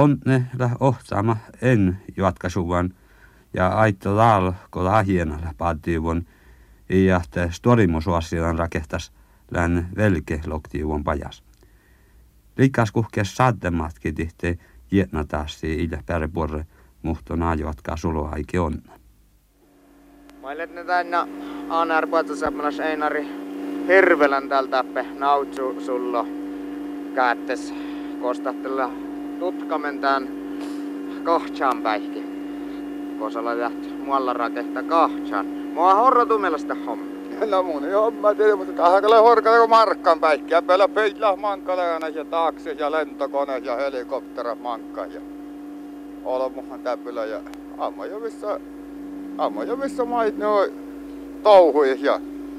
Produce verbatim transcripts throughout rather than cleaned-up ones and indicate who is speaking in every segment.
Speaker 1: honne la ohtama en jatkasuvan ja aitto laal kola hienalla paatiivon ja te storimusuasian rakehtas län velke loktiivon pajas. Liikas kuhkeas saattematki tihte jietna taas ille pärporre muhtona jatkaa sulo aike on.
Speaker 2: Mailet ne tänne Anar Puotsasapmalas Einari Hirvelän tältäppe nautsu sullo käättes kostattella tutkamen tän kohtsaan päihki. Kosala täht muualla rakehta kohtsaan. Mua horrotu mielestä homma.
Speaker 3: No mun homma tiedä, mutta kahakalla horkalla kun markkaan päihkiä. Pelä peilää mankkaleena ja taakse ja lentokone ja helikoptera mankkaan. Ja olmuhan täpylä ja ammajovissa, ammajovissa mait noin touhui ja.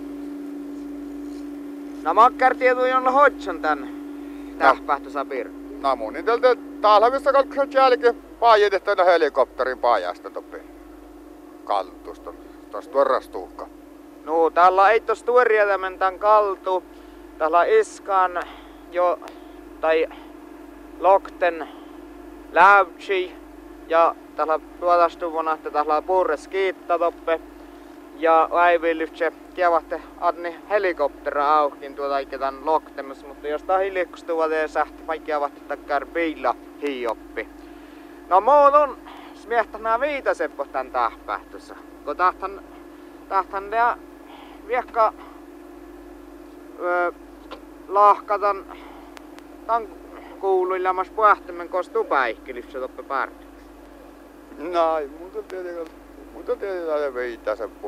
Speaker 2: No makkar tietu jolla hotsan tän tähpähtö sapir.
Speaker 3: No mun niin tältä talvissa kalkset jälkeen paajetehtävänä helikopterin paajasta toppe. Kaltusta, tos tuorastuukka.
Speaker 2: No täällä ei tos tuoria tämän tän kaltu. Täällä iskan jo, tai lokten läytsi. Ja täällä tuotastuvuna, että täällä puures kiitta toppe. Ja väivillyhtse kiavatte adni helikoptera aukin tuota eikä tän loktemus. Mutta jos tää hilikkustuva tee sähti, vaikka kiavatte takkar piila hiioppi. No muutun smiehtä nää viitaseppo tän tähpähtössä. Kun tahtan, tahtan nää viekka öö, lahkatan tän kuuluillamas pähtömen kostu päihkilipse toppe päärti.
Speaker 3: No ei muuta tietenkin, muuta tietenkin viitaseppo.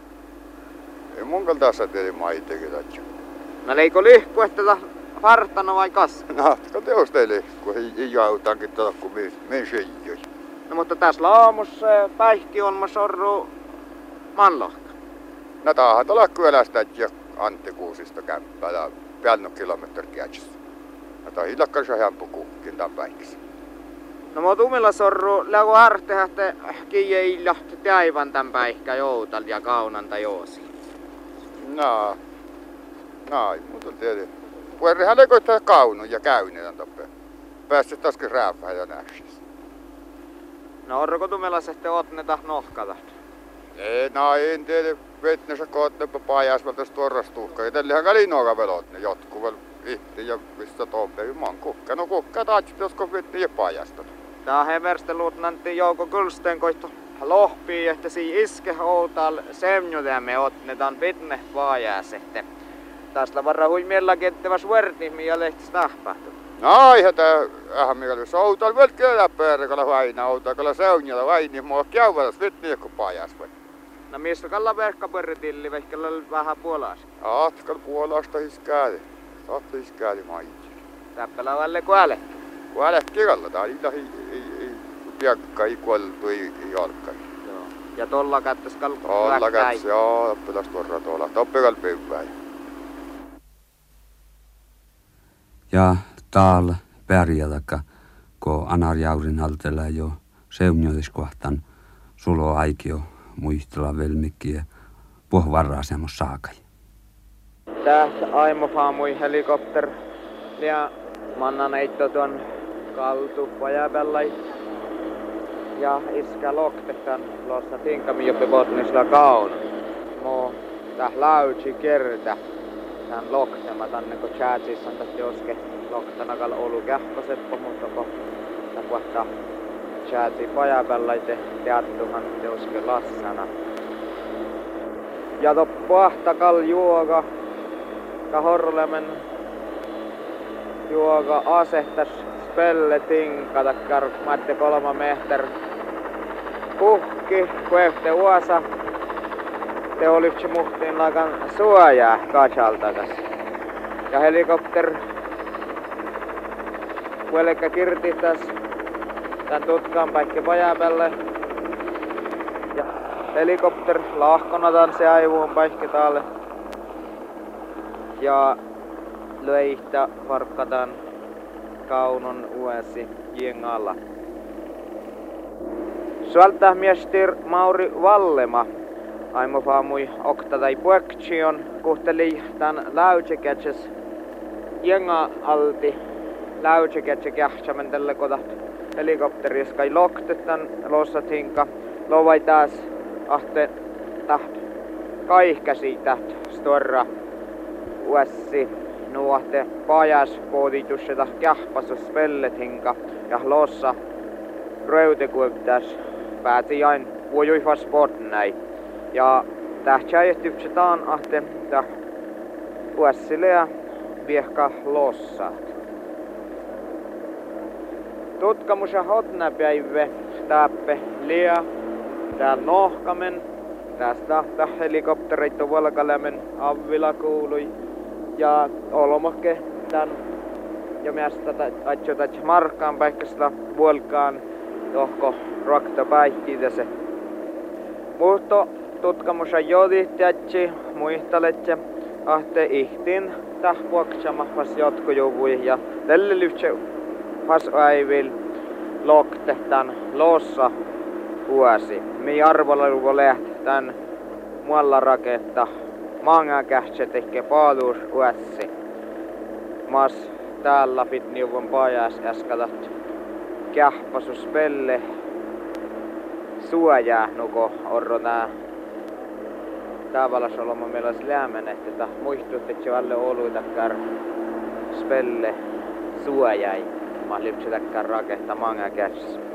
Speaker 3: Ei mun kalta tässä tiedä maitekin tatju.
Speaker 2: No leiko lihku, että ta vartano vai kas?
Speaker 3: No, kun teos te lihku, ei jautankin tätä kun min siijoi.
Speaker 2: No mutta tässä laamussa päihki on ma sorru manlohka.
Speaker 3: No tahat olla kyölästä ja Antti Kuusista kämppää ja pian kilometri kiätsissä. No tää hilakkansa hämppu kuhkin tämän päikissä.
Speaker 2: No mutta umilla sorru lägu artehätte kiie illahti täivän tämän päihkä joutal ja kaunanta joosi.
Speaker 3: No, no ei muuta tiedä. Puerihan ne koittaa kaunun ja käyneen toppe. Päässyt taskin rääpään jo näksis.
Speaker 2: No orko tumella sitten otneta nohkata?
Speaker 3: Ei, no en tiedä. Vetnässä kootnepa paajasvalta tuorastuukka. Ja tällähän kalinoga velot ne jotkut vielä ihti ja missä tompe. Juman kukka. No kukka taatsit josko vetni ja paajastat. Tää
Speaker 2: heversteluutnantti Jouko Kulsten koitto lohpii, että sii iske outal semnjudämme otnetaan vitne paajasette. Tästä varra hui mielläkin, että vas vertihmi ja lehtis tahpahtu.
Speaker 3: No ihan tää ähän mikäli jos outal vielä keläpäärikalla vaina outal, kalla seunjalla vaini, mua käyväläs vitni kun paajas vai.
Speaker 2: No missä kalla verkkapörritilli, vehkällä vähän puolasta?
Speaker 3: Atkal puolasta hiskääli. Tattu hiskääli maiti.
Speaker 2: Täppälä valle kuäle?
Speaker 3: Kuäle kiralla, tää oli illahi piakka ei kuoltu ei jalkkari.
Speaker 2: Joo. Ja tolla kättös kalkku
Speaker 3: Tolla kättös, joo, oppilas tuorra tuolla. Toppikal pyvää.
Speaker 1: Ja taal pärjätäkkä, kun Anar Jaurin haltella jo seunjoiskohtan sulo aikio muistella velmikkiä pohvarraa semmos saakai.
Speaker 2: Täht aimo faamui helikopter ja mannan eitto tuon kaltu pajapellai. Ja iskä loktetan lossa tinkami joppe botnisla kaun. Mo täh lautsi kerta. Tän loktema tänne kun chatissa on tästä joske loktanakal olu kähkoseppo, mutta kun tää kohta chatsi pajapällaite teattuhan joske lassana. Ja toppahtakal juoga ka horlemen juoga asehtas spelle tinka takkar madde kolma mehter puhki kuefte uosa. Te olivtsi muhtiin lakan suojaa katsaltakas. Ja helikopter kuelekka kirtihtäs tän tutkaan paikki pajapälle. Ja helikopter lahkonatan se aivuun paikki taalle. Ja löihtä parkkataan kaunon uesi jengalla. Suolta miestir Mauri Vallema. Aimo faamui okta tai puektion kuhteli tän läytsekätses jenga alti läytsekätse kähtsämen tälle kodat helikopteris kai loktetan lossatinka lovai taas ahte taht kaihkäsi taht storra uessi nuohte pajas kooditusseta kähpasus spelletinka ja lossa röytekuiptäs pääti jain vuojuiva sportnäi ja tähtsäjähtyksetaan ahte täh uessille ja viehka lossaat. Tutkamus ja hotnapäivä täppä liä täällä nohkamen tästä helikoptereita valkalämmen avvila kuului ja olomakke tän ja mielestä atsotat markkaan paikasta vuolkaan tohko rakta päihti tässä. Mutta tutkamus ja jodihtiatsi muistaletse ahte ihtin tähpuoksamahvas jatkojuvui ja tälle lyhtsä pasaibil lokte tän lossa vuosi. Mi arvolaluvo lähti tän mualla raketta manga kähtsä tekee paaluus vuosi. Mas täällä pit niuvon pajas äskatat kähpasus pelle suojaa nuko orro nää tavallas olema mielas lämmen, että muistuut, että jo alle oluitakkar spelle suojai. Mä lypsetäkkään rakehta manga käsissä.